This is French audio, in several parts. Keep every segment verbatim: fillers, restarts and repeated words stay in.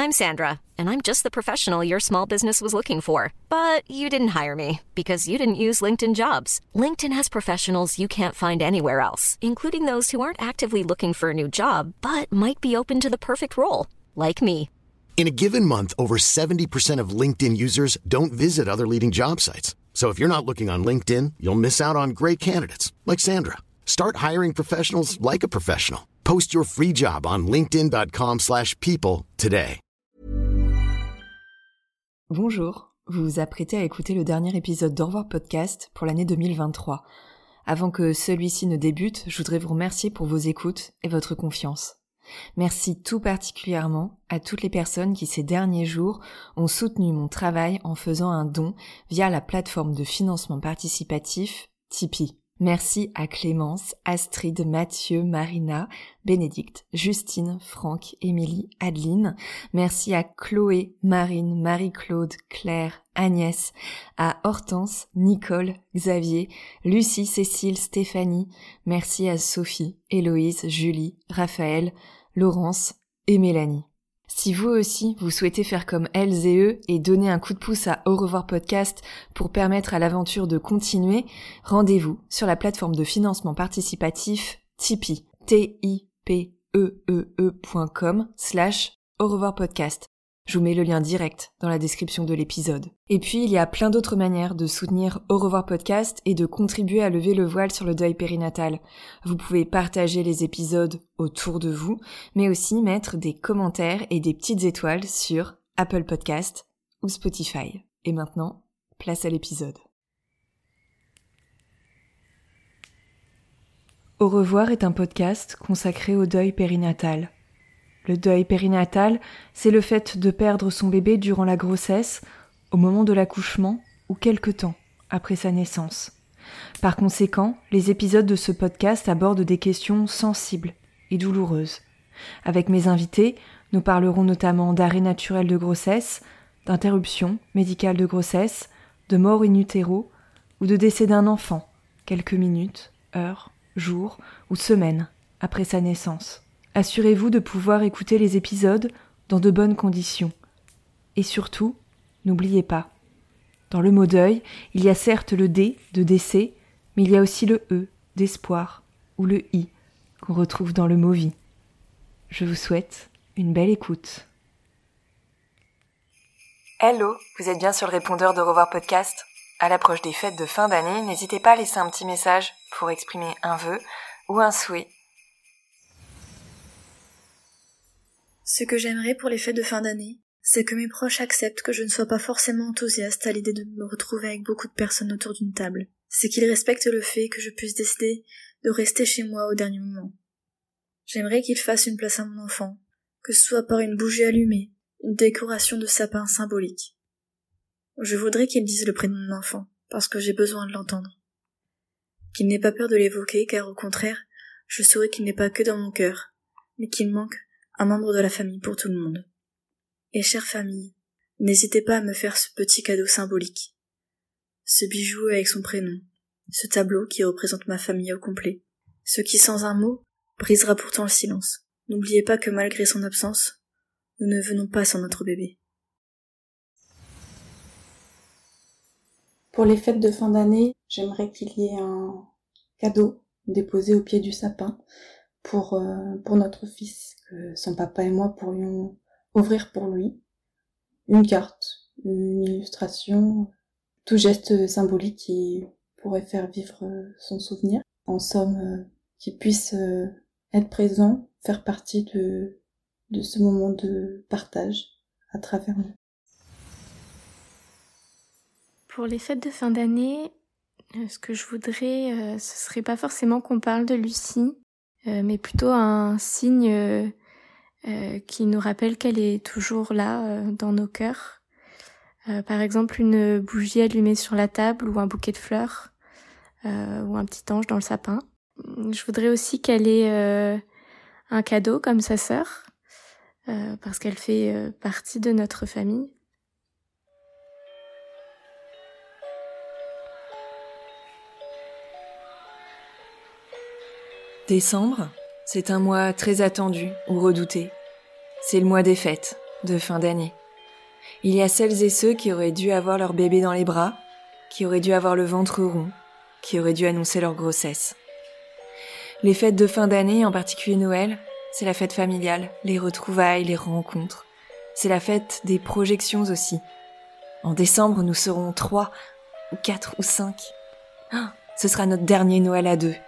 I'm Sandra, and I'm just the professional your small business was looking for. But you didn't hire me because you didn't use LinkedIn Jobs. LinkedIn has professionals you can't find anywhere else, including those who aren't actively looking for a new job, but might be open to the perfect role, like me. In a given month, over seventy percent of LinkedIn users don't visit other leading job sites. So if you're not looking on LinkedIn, you'll miss out on great candidates like Sandra. Start hiring professionals like a professional. Post your free job on linkedin.com slash people today. Bonjour, vous vous apprêtez à écouter le dernier épisode d'Au revoir podcast pour l'année deux mille vingt-trois. Avant que celui-ci ne débute, je voudrais vous remercier pour vos écoutes et votre confiance. Merci tout particulièrement à toutes les personnes qui ces derniers jours ont soutenu mon travail en faisant un don via la plateforme de financement participatif Tipeee. Merci à Clémence, Astrid, Mathieu, Marina, Bénédicte, Justine, Franck, Émilie, Adeline. Merci à Chloé, Marine, Marie-Claude, Claire, Agnès, à Hortense, Nicole, Xavier, Lucie, Cécile, Stéphanie. Merci à Sophie, Héloïse, Julie, Raphaël, Laurence et Mélanie. Si vous aussi, vous souhaitez faire comme elles et eux et donner un coup de pouce à Au revoir podcast pour permettre à l'aventure de continuer, rendez-vous sur la plateforme de financement participatif Tipeee, t i p e e e point com slash au revoir podcast. Je vous mets le lien direct dans la description de l'épisode. Et puis, il y a plein d'autres manières de soutenir Au revoir podcast et de contribuer à lever le voile sur le deuil périnatal. Vous pouvez partager les épisodes autour de vous, mais aussi mettre des commentaires et des petites étoiles sur Apple Podcast ou Spotify. Et maintenant, place à l'épisode. Au revoir est un podcast consacré au deuil périnatal. Le deuil périnatal, c'est le fait de perdre son bébé durant la grossesse, au moment de l'accouchement ou quelque temps après sa naissance. Par conséquent, les épisodes de ce podcast abordent des questions sensibles et douloureuses. Avec mes invités, nous parlerons notamment d'arrêt naturel de grossesse, d'interruption médicale de grossesse, de mort in utero ou de décès d'un enfant, quelques minutes, heures, jours ou semaines après sa naissance. Assurez-vous de pouvoir écouter les épisodes dans de bonnes conditions. Et surtout, n'oubliez pas, dans le mot deuil, il y a certes le D de décès, mais il y a aussi le E d'espoir ou le I qu'on retrouve dans le mot vie. Je vous souhaite une belle écoute. Hello, vous êtes bien sur le répondeur d'Au revoir podcast. À l'approche des fêtes de fin d'année, n'hésitez pas à laisser un petit message pour exprimer un vœu ou un souhait. Ce que j'aimerais pour les fêtes de fin d'année, c'est que mes proches acceptent que je ne sois pas forcément enthousiaste à l'idée de me retrouver avec beaucoup de personnes autour d'une table. C'est qu'ils respectent le fait que je puisse décider de rester chez moi au dernier moment. J'aimerais qu'ils fassent une place à mon enfant, que ce soit par une bougie allumée, une décoration de sapin symbolique. Je voudrais qu'ils disent le prénom de mon enfant, parce que j'ai besoin de l'entendre. Qu'il n'ait pas peur de l'évoquer, car au contraire, je saurais qu'il n'est pas que dans mon cœur, mais qu'il manque un membre de la famille pour tout le monde. Et chère famille, n'hésitez pas à me faire ce petit cadeau symbolique. Ce bijou avec son prénom, ce tableau qui représente ma famille au complet, ce qui sans un mot brisera pourtant le silence. N'oubliez pas que malgré son absence, nous ne venons pas sans notre bébé. Pour les fêtes de fin d'année, j'aimerais qu'il y ait un cadeau déposé au pied du sapin pour, euh, pour notre fils, que son papa et moi pourrions ouvrir pour lui. Une carte, une illustration, tout geste symbolique qui pourrait faire vivre son souvenir. En somme, euh, qu'il puisse euh, être présent, faire partie de, de ce moment de partage à travers nous. Pour les fêtes de fin d'année, euh, ce que je voudrais, euh, ce serait pas forcément qu'on parle de Lucie, euh, mais plutôt un signe euh, euh, qui nous rappelle qu'elle est toujours là euh, dans nos cœurs. Euh, par exemple, une bougie allumée sur la table ou un bouquet de fleurs euh, ou un petit ange dans le sapin. Je voudrais aussi qu'elle ait euh, un cadeau comme sa sœur, euh, parce qu'elle fait euh, partie de notre famille. Décembre, c'est un mois très attendu ou redouté. C'est le mois des fêtes, de fin d'année. Il y a celles et ceux qui auraient dû avoir leur bébé dans les bras, qui auraient dû avoir le ventre rond, qui auraient dû annoncer leur grossesse. Les fêtes de fin d'année, en particulier Noël, c'est la fête familiale, les retrouvailles, les rencontres. C'est la fête des projections aussi. En décembre, nous serons trois, ou quatre, ou cinq. Oh, ce sera notre dernier Noël à deux.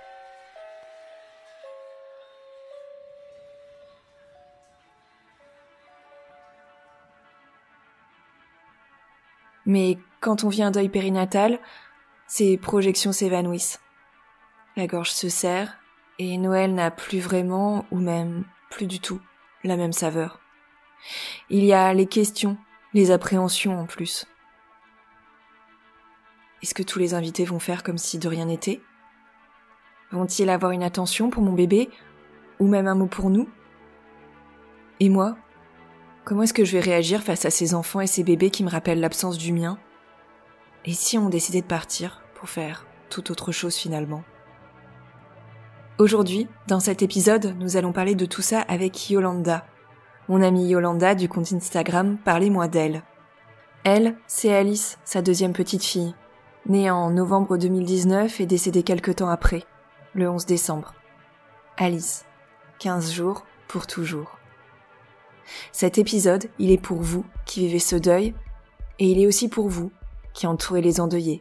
Mais quand on vit un deuil périnatal, ces projections s'évanouissent. La gorge se serre, et Noël n'a plus vraiment, ou même plus du tout, la même saveur. Il y a les questions, les appréhensions en plus. Est-ce que tous les invités vont faire comme si de rien n'était ? Vont-ils avoir une attention pour mon bébé, ou même un mot pour nous ? Et moi ? Comment est-ce que je vais réagir face à ces enfants et ces bébés qui me rappellent l'absence du mien ? Et si on décidait de partir pour faire tout autre chose finalement ? Aujourd'hui, dans cet épisode, nous allons parler de tout ça avec Yolanda. Mon amie Yolanda du compte Instagram Parlez-moi d'elle. Elle, c'est Alice, sa deuxième petite fille, née en novembre deux mille dix-neuf et décédée quelque temps après, le onze décembre. Alice, quinze jours pour toujours. Cet épisode, il est pour vous qui vivez ce deuil, et il est aussi pour vous qui entourez les endeuillés.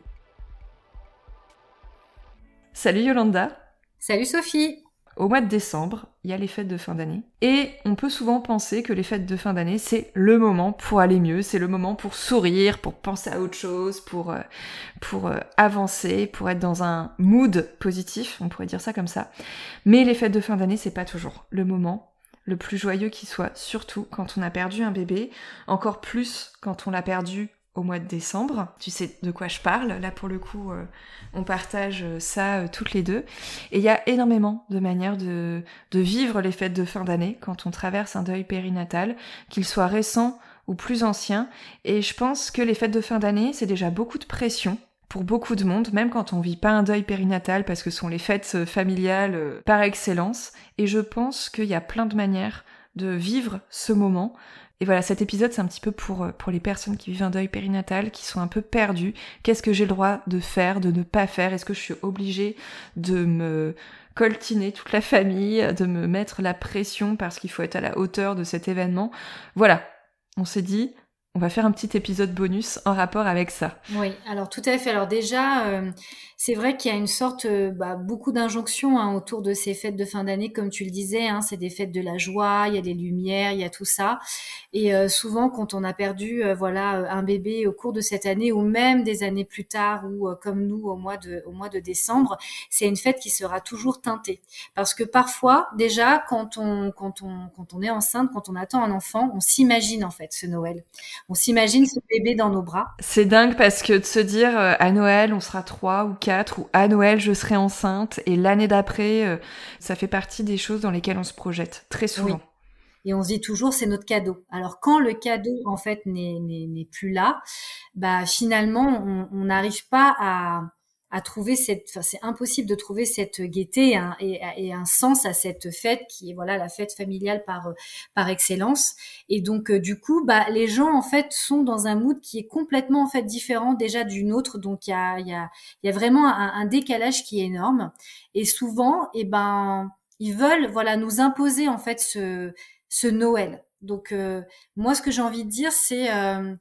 Salut Yolanda. Salut Sophie. Au mois de décembre, il y a les fêtes de fin d'année. Et on peut souvent penser que les fêtes de fin d'année, c'est le moment pour aller mieux, c'est le moment pour sourire, pour penser à autre chose, pour, euh, pour euh, avancer, pour être dans un mood positif, on pourrait dire ça comme ça. Mais les fêtes de fin d'année, c'est pas toujours le moment le plus joyeux qui soit, surtout quand on a perdu un bébé, encore plus quand on l'a perdu au mois de décembre. Tu sais de quoi je parle, là pour le coup, euh, on partage ça euh, toutes les deux. Et il y a énormément de manières de, de vivre les fêtes de fin d'année quand on traverse un deuil périnatal, qu'il soit récent ou plus ancien. Et je pense que les fêtes de fin d'année, c'est déjà beaucoup de pression pour beaucoup de monde, même quand on vit pas un deuil périnatal, parce que ce sont les fêtes familiales euh, par excellence. Et je pense qu'il y a plein de manières de vivre ce moment. Et voilà, cet épisode, c'est un petit peu pour, pour les personnes qui vivent un deuil périnatal, qui sont un peu perdues. Qu'est-ce que j'ai le droit de faire, de ne pas faire ? Est-ce que je suis obligée de me coltiner toute la famille, de me mettre la pression parce qu'il faut être à la hauteur de cet événement ? Voilà, on s'est dit, on va faire un petit épisode bonus en rapport avec ça. Oui, alors tout à fait. Alors déjà, euh, c'est vrai qu'il y a une sorte, euh, bah, beaucoup d'injonctions hein, autour de ces fêtes de fin d'année, comme tu le disais. Hein, c'est des fêtes de la joie, il y a des lumières, il y a tout ça. Et euh, souvent, quand on a perdu, euh, voilà, un bébé au cours de cette année, ou même des années plus tard, ou euh, comme nous au mois de, au mois de décembre, c'est une fête qui sera toujours teintée. Parce que parfois, déjà, quand on, quand on, quand on est enceinte, quand on attend un enfant, on s'imagine en fait ce Noël. On s'imagine ce bébé dans nos bras. C'est dingue parce que de se dire euh, à Noël on sera trois ou quatre, ou à Noël je serai enceinte, et l'année d'après, euh, ça fait partie des choses dans lesquelles on se projette très souvent. Oui. Et on se dit toujours c'est notre cadeau. Alors quand le cadeau en fait n'est, n'est, n'est plus là, bah finalement on n'arrive pas à à trouver cette, enfin c'est impossible de trouver cette gaieté hein, et, et un sens à cette fête qui est voilà la fête familiale par par excellence. Et donc euh, du coup bah les gens en fait sont dans un mood qui est complètement en fait différent déjà du nôtre. Donc il y a il y a il y a vraiment un, un décalage qui est énorme. Et souvent et eh ben ils veulent voilà nous imposer en fait ce ce Noël. Donc euh, moi ce que j'ai envie de dire c'est euh,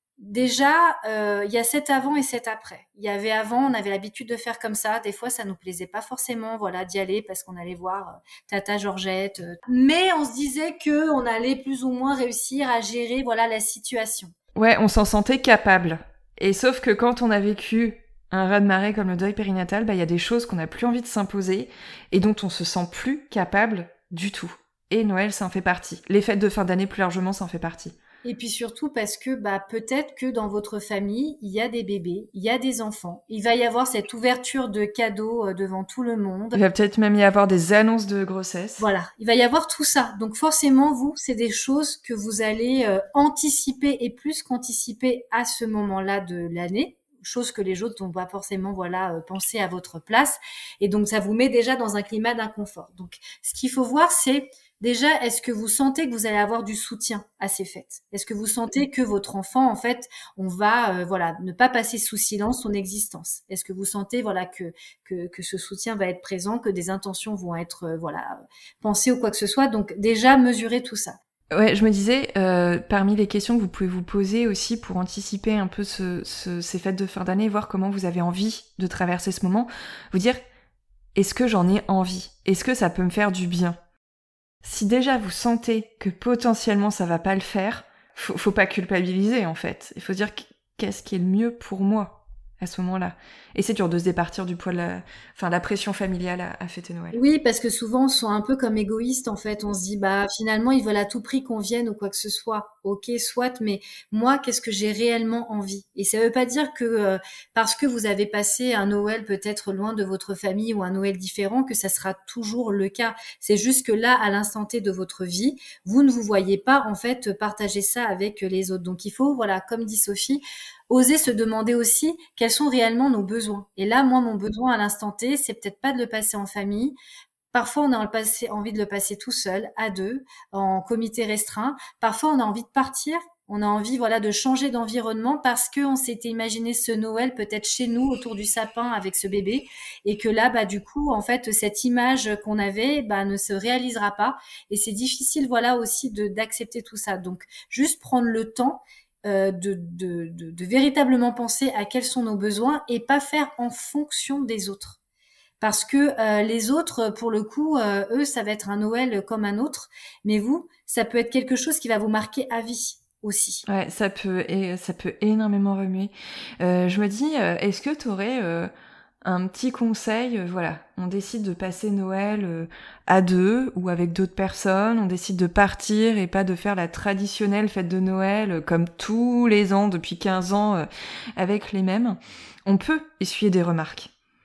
déjà, euh, il y a cet avant et cet après. Il y avait avant, on avait l'habitude de faire comme ça. Des fois, ça nous plaisait pas forcément, voilà, d'y aller parce qu'on allait voir euh, Tata Georgette. Euh. Mais on se disait que on allait plus ou moins réussir à gérer, voilà, la situation. Ouais, on s'en sentait capable. Et sauf que quand on a vécu un raz-de-marée comme le deuil périnatal, bah il y a des choses qu'on n'a plus envie de s'imposer et dont on se sent plus capable du tout. Et Noël, ça en fait partie. Les fêtes de fin d'année, plus largement, ça en fait partie. Et puis surtout parce que bah peut-être que dans votre famille, il y a des bébés, il y a des enfants. Il va y avoir cette ouverture de cadeaux euh, devant tout le monde. Il va peut-être même y avoir des annonces de grossesse. Voilà, il va y avoir tout ça. Donc forcément, vous, c'est des choses que vous allez euh, anticiper et plus qu'anticiper à ce moment-là de l'année. Chose que les autres n'ont pas forcément voilà euh, pensé à votre place. Et donc ça vous met déjà dans un climat d'inconfort. Donc ce qu'il faut voir, c'est Déjà, est-ce que vous sentez que vous allez avoir du soutien à ces fêtes? Est-ce que vous sentez que votre enfant, en fait, on va, euh, voilà, ne pas passer sous silence son existence? Est-ce que vous sentez, voilà, que que, que ce soutien va être présent, que des intentions vont être, euh, voilà, pensées ou quoi que ce soit? Donc déjà, mesurez tout ça. Ouais, je me disais, euh, parmi les questions que vous pouvez vous poser aussi pour anticiper un peu ce, ce, ces fêtes de fin d'année, voir comment vous avez envie de traverser ce moment, vous dire, est-ce que j'en ai envie? Est-ce que ça peut me faire du bien? Si déjà vous sentez que potentiellement ça va pas le faire, faut, faut pas culpabiliser en fait. Il faut dire qu'est-ce qui est le mieux pour moi à ce moment-là. Et c'est dur de se départir du poids de la, enfin, la pression familiale à, à fêter Noël. Oui, parce que souvent on se sent un peu comme égoïste en fait. On se dit bah finalement ils veulent à tout prix qu'on vienne ou quoi que ce soit. Ok, soit, mais moi qu'est-ce que j'ai réellement envie? Et ça veut pas dire que euh, parce que vous avez passé un Noël peut-être loin de votre famille ou un Noël différent que ça sera toujours le cas. C'est juste que là, à l'instant T de votre vie, vous ne vous voyez pas en fait partager ça avec les autres. Donc il faut, voilà, comme dit Sophie, oser se demander aussi quels sont réellement nos besoins. Et là, moi, mon besoin à l'instant T, c'est peut-être pas de le passer en famille. Parfois, on a envie de le passer tout seul, à deux, en comité restreint. Parfois, on a envie de partir. On a envie, voilà, de changer d'environnement parce qu'on s'était imaginé ce Noël peut-être chez nous, autour du sapin avec ce bébé. Et que là, bah, du coup, en fait, cette image qu'on avait, bah, ne se réalisera pas. Et c'est difficile, voilà, aussi de, d'accepter tout ça. Donc, juste prendre le temps Euh, de, de, de, de véritablement penser à quels sont nos besoins et pas faire en fonction des autres. Parce que euh, les autres, pour le coup, euh, eux, ça va être un Noël comme un autre. Mais vous, ça peut être quelque chose qui va vous marquer à vie aussi. Ouais, ça peut, et ça peut énormément remuer. Euh, je me dis, euh, est-ce que tu aurais euh, un petit conseil, euh, voilà, on décide de passer Noël euh, à deux ou avec d'autres personnes, on décide de partir et pas de faire la traditionnelle fête de Noël euh, comme tous les ans depuis quinze ans euh, avec les mêmes. On peut essuyer des remarques,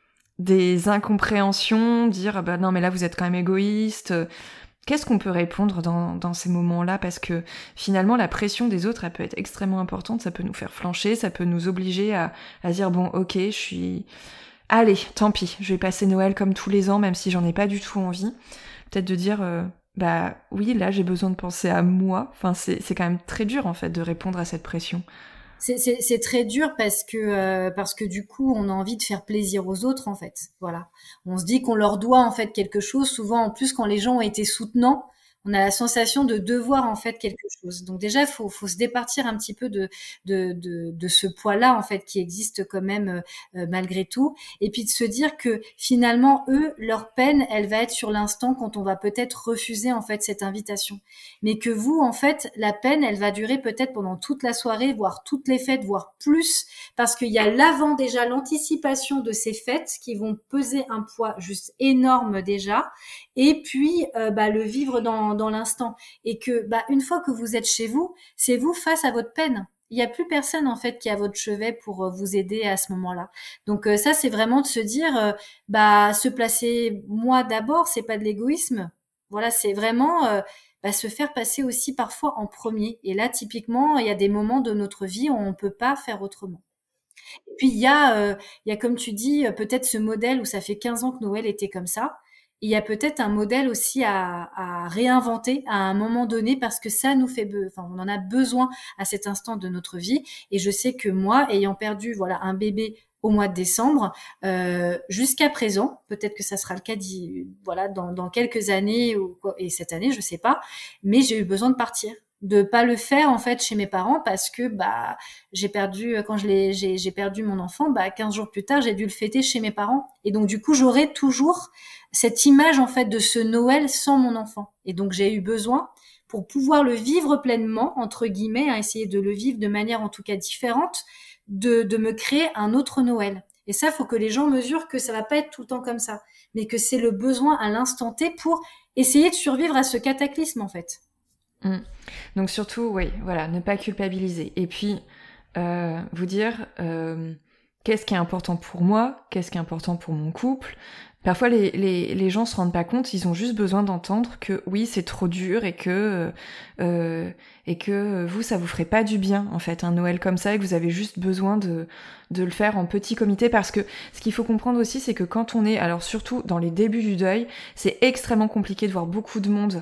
des incompréhensions, dire ah bah non mais là vous êtes quand même égoïste. Qu'est-ce qu'on peut répondre dans, dans ces moments-là? Parce que finalement, la pression des autres, elle peut être extrêmement importante, ça peut nous faire flancher, ça peut nous obliger à, à dire bon ok, je suis... Allez, tant pis, je vais passer Noël comme tous les ans, même si j'en ai pas du tout envie. Peut-être de dire, euh, bah oui, là j'ai besoin de penser à moi. Enfin, c'est, c'est quand même très dur en fait de répondre à cette pression. C'est, c'est, c'est très dur parce que euh, parce que du coup on a envie de faire plaisir aux autres en fait. Voilà, on se dit qu'on leur doit en fait quelque chose. Souvent en plus quand les gens ont été soutenants, on a la sensation de devoir en fait quelque chose. Donc déjà, il faut, faut se départir un petit peu de, de, de, de ce poids-là en fait qui existe quand même euh, malgré tout. Et puis de se dire que finalement, eux, leur peine, elle va être sur l'instant quand on va peut-être refuser en fait cette invitation. Mais que vous, en fait, la peine, elle va durer peut-être pendant toute la soirée, voire toutes les fêtes, voire plus, parce qu'il y a l'avant déjà, l'anticipation de ces fêtes qui vont peser un poids juste énorme déjà. Et puis euh, bah, le vivre dans, dans l'instant. Et que bah, une fois que vous êtes chez vous, c'est vous face à votre peine. Il n'y a plus personne en fait qui est à votre chevet pour euh, vous aider à ce moment-là. Donc euh, ça, c'est vraiment de se dire, euh, bah se placer moi d'abord, c'est pas de l'égoïsme. Voilà, c'est vraiment euh, bah, se faire passer aussi parfois en premier. Et là, typiquement, il y a des moments de notre vie où on ne peut pas faire autrement. Et puis il y a, euh, il y a comme tu dis, peut-être ce modèle où ça fait quinze ans que Noël était comme ça. Il y a peut-être un modèle aussi à, à réinventer à un moment donné parce que ça nous fait, be- enfin, on en a besoin à cet instant de notre vie. Et je sais que moi, ayant perdu, voilà, un bébé au mois de décembre, euh, jusqu'à présent, peut-être que ça sera le cas, d'y, voilà, dans, dans quelques années ou quoi, et cette année, je sais pas, mais j'ai eu besoin de partir, de pas le faire en fait chez mes parents parce que bah j'ai perdu quand je l'ai, j'ai, j'ai perdu mon enfant, bah quinze jours plus tard, j'ai dû le fêter chez mes parents. Et donc du coup, j'aurai toujours cette image en fait de ce Noël sans mon enfant. Et donc j'ai eu besoin pour pouvoir le vivre pleinement entre guillemets, hein, essayer de le vivre de manière en tout cas différente, de de me créer un autre Noël. Et ça, faut que les gens mesurent que ça va pas être tout le temps comme ça, mais que c'est le besoin à l'instant T pour essayer de survivre à ce cataclysme en fait. Mmh. Donc surtout, oui, voilà, ne pas culpabiliser. Et puis, euh, vous dire, euh, qu'est-ce qui est important pour moi, qu'est-ce qui est important pour mon couple. Parfois, les, les, les gens se rendent pas compte, ils ont juste besoin d'entendre que oui, c'est trop dur et que, euh, et que vous, ça vous ferait pas du bien, en fait, un Noël comme ça, et que vous avez juste besoin de, de le faire en petit comité, parce que ce qu'il faut comprendre aussi, c'est que quand on est, alors surtout dans les débuts du deuil, c'est extrêmement compliqué de voir beaucoup de monde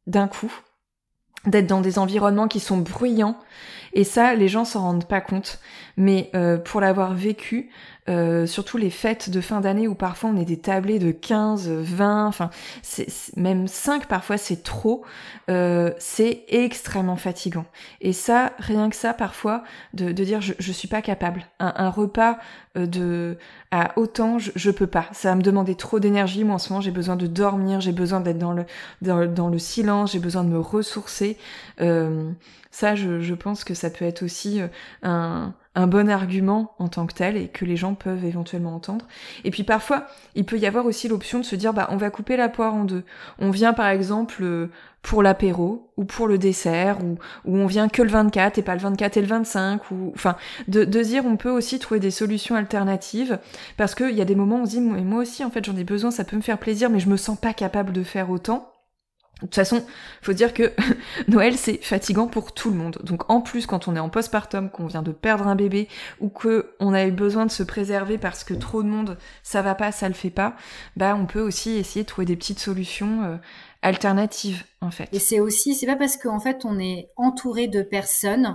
d'un coup, d'être dans des environnements qui sont bruyants, et ça, les gens s'en rendent pas compte, mais euh, pour l'avoir vécu, euh, surtout les fêtes de fin d'année où parfois on est des tablés de quinze, vingt, enfin c'est, c'est, même cinq parfois c'est trop, euh, c'est extrêmement fatigant. Et ça, rien que ça parfois, de, de dire je, je suis pas capable, un, un repas euh, de à autant, je, je peux pas, ça va me demander trop d'énergie, moi en ce moment j'ai besoin de dormir, j'ai besoin d'être dans le, dans, dans le silence, j'ai besoin de me ressourcer, euh, ça je, je pense que ça peut être aussi un, un bon argument en tant que tel et que les gens peuvent éventuellement entendre. Et puis parfois, il peut y avoir aussi l'option de se dire bah on va couper la poire en deux. On vient par exemple pour l'apéro ou pour le dessert ou, ou on vient que le vingt-quatre et pas le vingt-quatre et le vingt-cinq ou enfin de, de dire on peut aussi trouver des solutions alternatives parce qu'il y a des moments où on se dit moi, moi aussi en fait j'en ai besoin, ça peut me faire plaisir mais je me sens pas capable de faire autant. De toute façon, faut dire que Noël, c'est fatigant pour tout le monde. Donc en plus, quand on est en postpartum, qu'on vient de perdre un bébé, ou que on a eu besoin de se préserver parce que trop de monde, ça va pas, ça le fait pas, bah on peut aussi essayer de trouver des petites solutions euh, alternatives, en fait. Et c'est aussi, c'est pas parce qu'en fait on est entouré de personnes,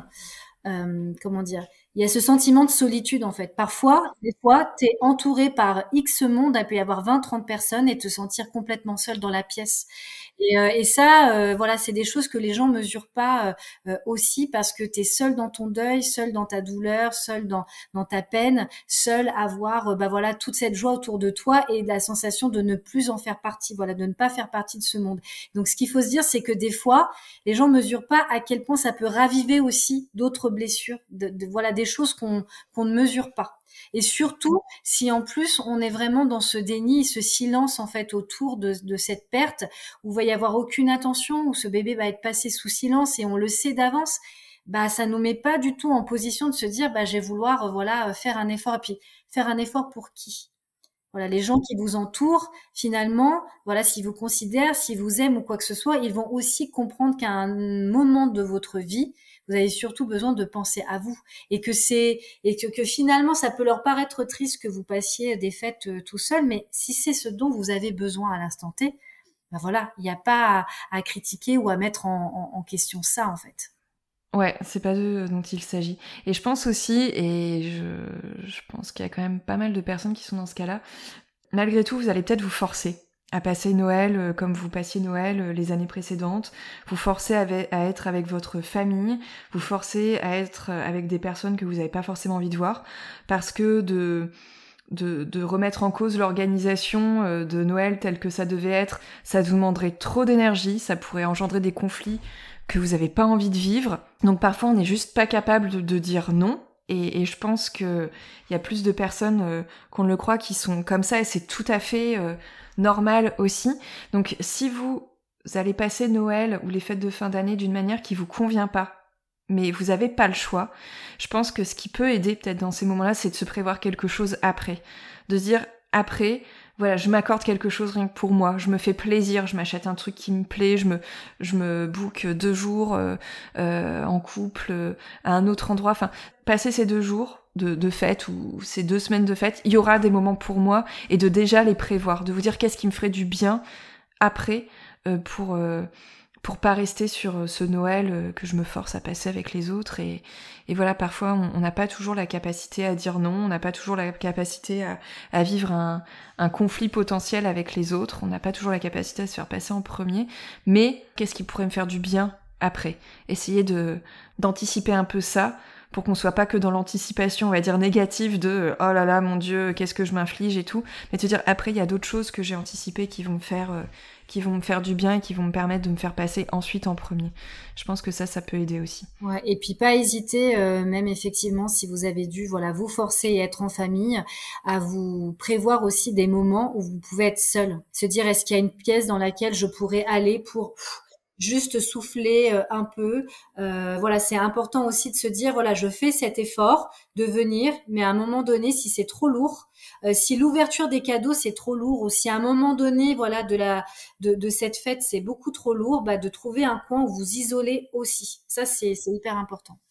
euh, comment dire, il y a ce sentiment de solitude en fait. Parfois, des fois, t'es entouré par X monde, il peut y avoir vingt, trente personnes et te sentir complètement seul dans la pièce. Et, euh, et ça, euh, voilà, c'est des choses que les gens mesurent pas euh, aussi parce que t'es seul dans ton deuil, seul dans ta douleur, seul dans dans ta peine, seul à voir, euh, bah voilà, toute cette joie autour de toi et la sensation de ne plus en faire partie, voilà, de ne pas faire partie de ce monde. Donc, ce qu'il faut se dire, c'est que des fois, les gens mesurent pas à quel point ça peut raviver aussi d'autres blessures, de, de voilà, des choses qu'on qu'on ne mesure pas. Et surtout, si en plus on est vraiment dans ce déni, ce silence en fait autour de, de cette perte, où il va y avoir aucune attention, où ce bébé va être passé sous silence et on le sait d'avance, bah ça nous met pas du tout en position de se dire bah je vais vouloir voilà faire un effort. Et puis faire un effort pour qui? Voilà, les gens qui vous entourent, finalement, voilà, s'ils vous considèrent, s'ils vous aiment ou quoi que ce soit, ils vont aussi comprendre qu'à un moment de votre vie, vous avez surtout besoin de penser à vous et que c'est et que, que finalement ça peut leur paraître triste que vous passiez des fêtes euh, tout seul, mais si c'est ce dont vous avez besoin à l'instant T, ben voilà, il n'y a pas à, à critiquer ou à mettre en, en, en question ça en fait. Ouais, c'est pas d'eux dont il s'agit. Et je pense aussi, et je, je pense qu'il y a quand même pas mal de personnes qui sont dans ce cas-là, malgré tout, vous allez peut-être vous forcer à passer Noël comme vous passiez Noël les années précédentes, vous forcez à être avec votre famille, vous forcez à être avec des personnes que vous n'avez pas forcément envie de voir, parce que de... De, de remettre en cause l'organisation de Noël telle que ça devait être, ça vous demanderait trop d'énergie, ça pourrait engendrer des conflits que vous n'avez pas envie de vivre. Donc parfois on n'est juste pas capable de, de dire non, et, et je pense qu'il y a plus de personnes euh, qu'on ne le croit qui sont comme ça, et c'est tout à fait euh, normal aussi. Donc si vous allez passer Noël ou les fêtes de fin d'année d'une manière qui vous convient pas, mais vous avez pas le choix, je pense que ce qui peut aider peut-être dans ces moments-là, c'est de se prévoir quelque chose après. De se dire, après, voilà, je m'accorde quelque chose rien que pour moi, je me fais plaisir, je m'achète un truc qui me plaît, je me, je me book deux jours euh, euh, en couple euh, à un autre endroit, enfin, passer ces deux jours de, de fête ou ces deux semaines de fête, il y aura des moments pour moi, et de déjà les prévoir, de vous dire qu'est-ce qui me ferait du bien après euh, pour... Euh, pour pas rester sur ce Noël que je me force à passer avec les autres. Et, et voilà, parfois, on n'a pas toujours la capacité à dire non, on n'a pas toujours la capacité à, à vivre un, un conflit potentiel avec les autres, on n'a pas toujours la capacité à se faire passer en premier. Mais qu'est-ce qui pourrait me faire du bien après? Essayer de d'anticiper un peu ça, pour qu'on soit pas que dans l'anticipation, on va dire, négative de « oh là là, mon Dieu, qu'est-ce que je m'inflige » et tout, mais de se dire « après, il y a d'autres choses que j'ai anticipées qui vont me faire... Euh, qui vont me faire du bien et qui vont me permettre de me faire passer ensuite en premier. » Je pense que ça, ça peut aider aussi. Ouais, et puis pas hésiter, euh, même effectivement, si vous avez dû voilà vous forcer et être en famille, à vous prévoir aussi des moments où vous pouvez être seul. Se dire, est-ce qu'il y a une pièce dans laquelle je pourrais aller pour... Pff, juste souffler euh, un peu. Euh, voilà, c'est important aussi de se dire, voilà, je fais cet effort de venir, mais à un moment donné, si c'est trop lourd, euh, si l'ouverture des cadeaux c'est trop lourd, ou si à un moment donné, voilà, de la de, de cette fête c'est beaucoup trop lourd, bah de trouver un coin où vous isolez aussi. Ça, c'est c'est hyper important.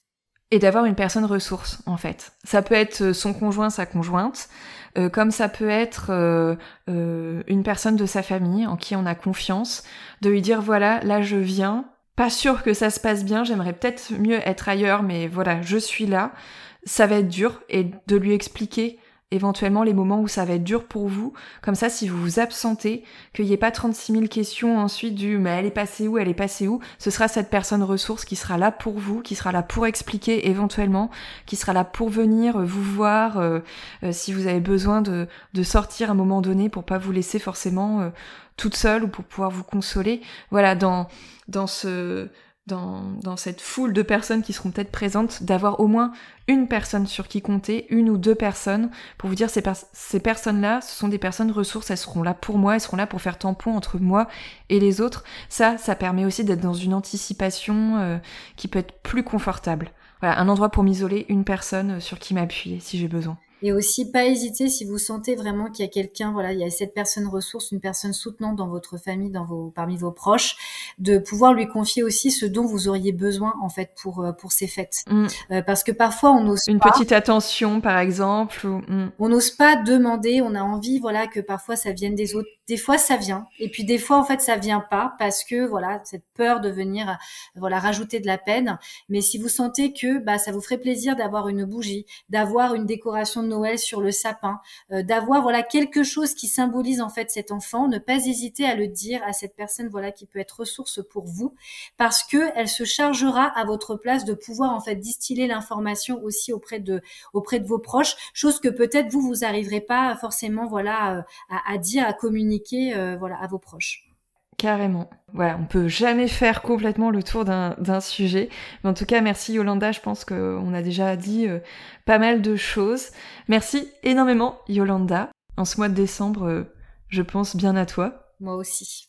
et d'avoir une personne ressource, en fait. Ça peut être son conjoint, sa conjointe, euh, comme ça peut être euh, euh, une personne de sa famille en qui on a confiance, de lui dire voilà, là je viens, pas sûr que ça se passe bien, j'aimerais peut-être mieux être ailleurs, mais voilà, je suis là, ça va être dur, et de lui expliquer éventuellement les moments où ça va être dur pour vous, comme ça si vous vous absentez, qu'il n'y ait pas trente-six mille questions ensuite du « mais elle est passée où, elle est passée où ?» Ce sera cette personne ressource qui sera là pour vous, qui sera là pour expliquer éventuellement, qui sera là pour venir vous voir euh, euh, si vous avez besoin de, de sortir à un moment donné pour pas vous laisser forcément euh, toute seule ou pour pouvoir vous consoler. Voilà, dans, dans ce... Dans, dans cette foule de personnes qui seront peut-être présentes, d'avoir au moins une personne sur qui compter, une ou deux personnes, pour vous dire ces, per- ces personnes-là, ce sont des personnes ressources, elles seront là pour moi, elles seront là pour faire tampon entre moi et les autres. Ça, ça permet aussi d'être dans une anticipation euh, qui peut être plus confortable. Voilà, un endroit pour m'isoler, une personne sur qui m'appuyer si j'ai besoin. Et aussi, pas hésiter si vous sentez vraiment qu'il y a quelqu'un, voilà, il y a cette personne ressource, une personne soutenante dans votre famille, dans vos, parmi vos proches, de pouvoir lui confier aussi ce dont vous auriez besoin, en fait, pour, pour ces fêtes. Mm. Euh, parce que parfois, on n'ose une pas. Une petite attention, par exemple. Ou... Mm. On n'ose pas demander, on a envie, voilà, que parfois ça vienne des autres. Des fois, ça vient. Et puis, des fois, en fait, ça vient pas parce que, voilà, cette peur de venir, voilà, rajouter de la peine. Mais si vous sentez que, bah, ça vous ferait plaisir d'avoir une bougie, d'avoir une décoration de Noël sur le sapin, euh, d'avoir voilà quelque chose qui symbolise en fait cet enfant, ne pas hésiter à le dire à cette personne voilà qui peut être ressource pour vous, parce que elle se chargera à votre place de pouvoir en fait distiller l'information aussi auprès de auprès de vos proches, chose que peut-être vous vous arriverez pas forcément voilà euh, à, à dire, à communiquer euh, voilà à vos proches. Carrément. Voilà, on peut jamais faire complètement le tour d'un, d'un sujet. Mais en tout cas, merci Yolanda, je pense qu'on a déjà dit euh, pas mal de choses. Merci énormément Yolanda. En ce mois de décembre, euh, je pense bien à toi. Moi aussi.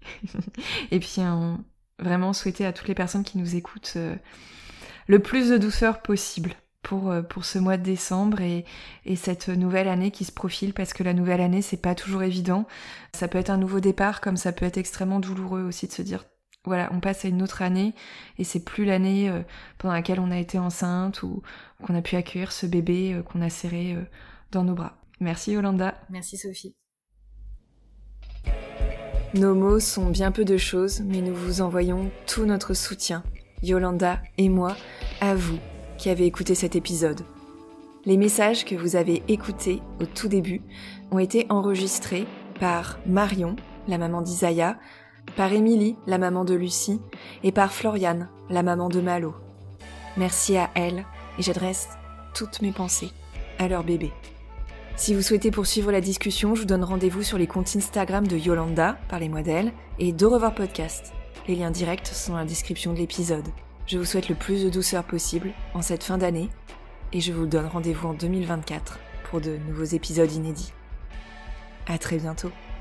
Et puis, euh, vraiment souhaiter à toutes les personnes qui nous écoutent euh, le plus de douceur possible pour, pour ce mois de décembre et, et cette nouvelle année qui se profile, parce que la nouvelle année, c'est pas toujours évident. Ça peut être un nouveau départ, comme ça peut être extrêmement douloureux aussi de se dire, voilà, on passe à une autre année et c'est plus l'année euh, pendant laquelle on a été enceinte ou qu'on a pu accueillir ce bébé euh, qu'on a serré euh, dans nos bras. Merci Yolanda. Merci Sophie. Nos mots sont bien peu de choses, mais nous vous envoyons tout notre soutien, Yolanda et moi, à vous qui avez écouté cet épisode. Les messages que vous avez écoutés au tout début ont été enregistrés par Marion, la maman d'Isaiah, par Émilie, la maman de Lucie, et par Floriane, la maman de Malo. Merci à elles, et j'adresse toutes mes pensées à leur bébé. Si vous souhaitez poursuivre la discussion, je vous donne rendez-vous sur les comptes Instagram de Yolanda, parlez-moi d'elle, et d'Au revoir podcast. Les liens directs sont dans la description de l'épisode. Je vous souhaite le plus de douceur possible en cette fin d'année et je vous donne rendez-vous en deux mille vingt-quatre pour de nouveaux épisodes inédits. À très bientôt.